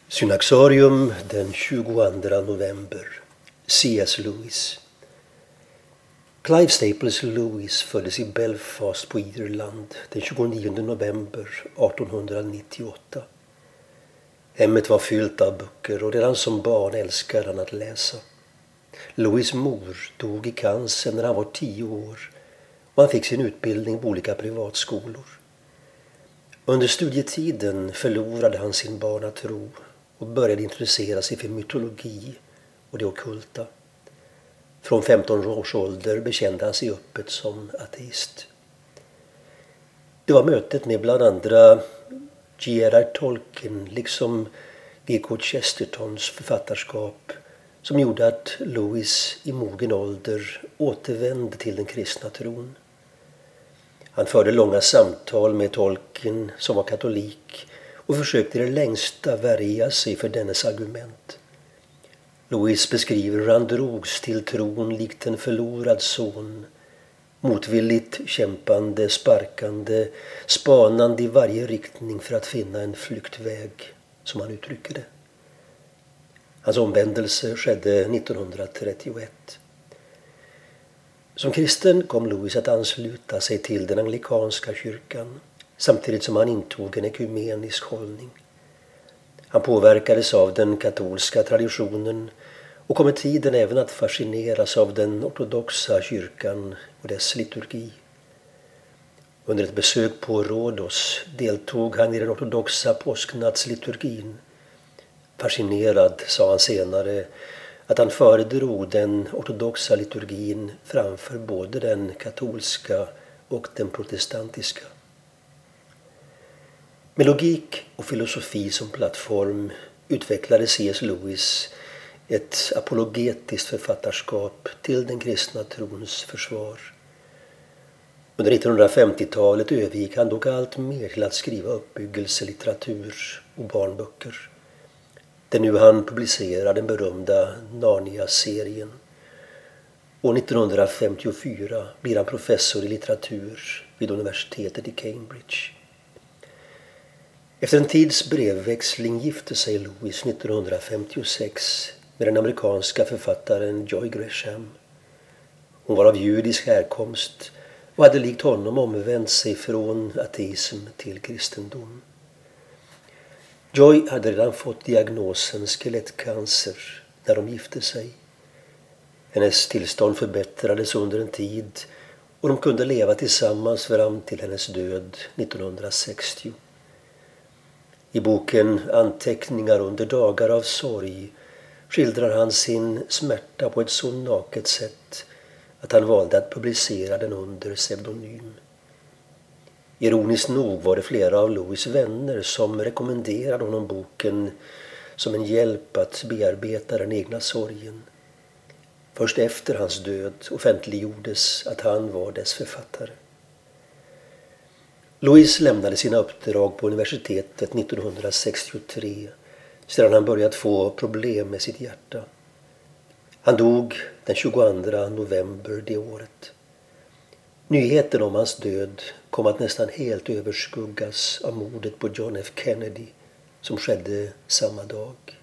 Synaxarium den 22 november. C.S. Lewis. Clive Staples Lewis föddes i Belfast på Irland den 29 november 1898. Hemmet var fyllt av böcker och redan som barn älskade han att läsa. Lewis mor dog i cancer när han var 10 år och han fick sin utbildning på olika privatskolor. Under studietiden förlorade han sin barnatro och började intressera sig för mytologi och det ockulta. Från 15 års ålder bekände han sig öppet som ateist. Det var mötet med bland andra J.R.R. Tolkien liksom G.K. Chestertons författarskap som gjorde att Lewis i mogen ålder återvände till den kristna tron. Han förde långa samtal med Tolkien som var katolik och försökte i det längsta värja sig för dennes argument. Lewis beskriver hur han drogs till tron likt en förlorad son, motvilligt kämpande, sparkande, spanande i varje riktning för att finna en flyktväg, som han uttrycker det. Hans omvändelse skedde 1931. Som kristen kom Lewis att ansluta sig till den anglikanska kyrkan samtidigt som han intog en ekumenisk hållning. Han påverkades av den katolska traditionen och kom med tiden även att fascineras av den ortodoxa kyrkan och dess liturgi. Under ett besök på Rhodos deltog han i den ortodoxa påsknattsliturgin. Fascinerad sa han senare att han föredrog den ortodoxa liturgin framför både den katolska och den protestantiska. Med logik och filosofi som plattform utvecklade C.S. Lewis ett apologetiskt författarskap till den kristna trons försvar. Under 1950-talet övergick han dock allt mer till att skriva uppbyggelselitteratur och barnböcker. Det är nu han publicerar den berömda Narnia-serien. År 1954 blir han professor i litteratur vid universitetet i Cambridge. Efter en tids brevväxling gifte sig Lewis 1956 med den amerikanska författaren Joy Gresham. Hon var av judisk härkomst och hade likt honom omvänt sig från ateism till kristendom. Joy hade redan fått diagnosen skelettcancer när de gifte sig. Hennes tillstånd förbättrades under en tid och de kunde leva tillsammans fram till hennes död 1960. I boken Anteckningar under dagar av sorg skildrar han sin smärta på ett så naket sätt att han valde att publicera den under pseudonym. Ironiskt nog var det flera av Lewis vänner som rekommenderade honom boken som en hjälp att bearbeta den egna sorgen. Först efter hans död offentliggjordes att han var dess författare. Lewis lämnade sina uppdrag på universitetet 1963 sedan han börjat få problem med sitt hjärta. Han dog den 22 november det året. Nyheten om hans död kom att nästan helt överskuggas av mordet på John F. Kennedy som skedde samma dag.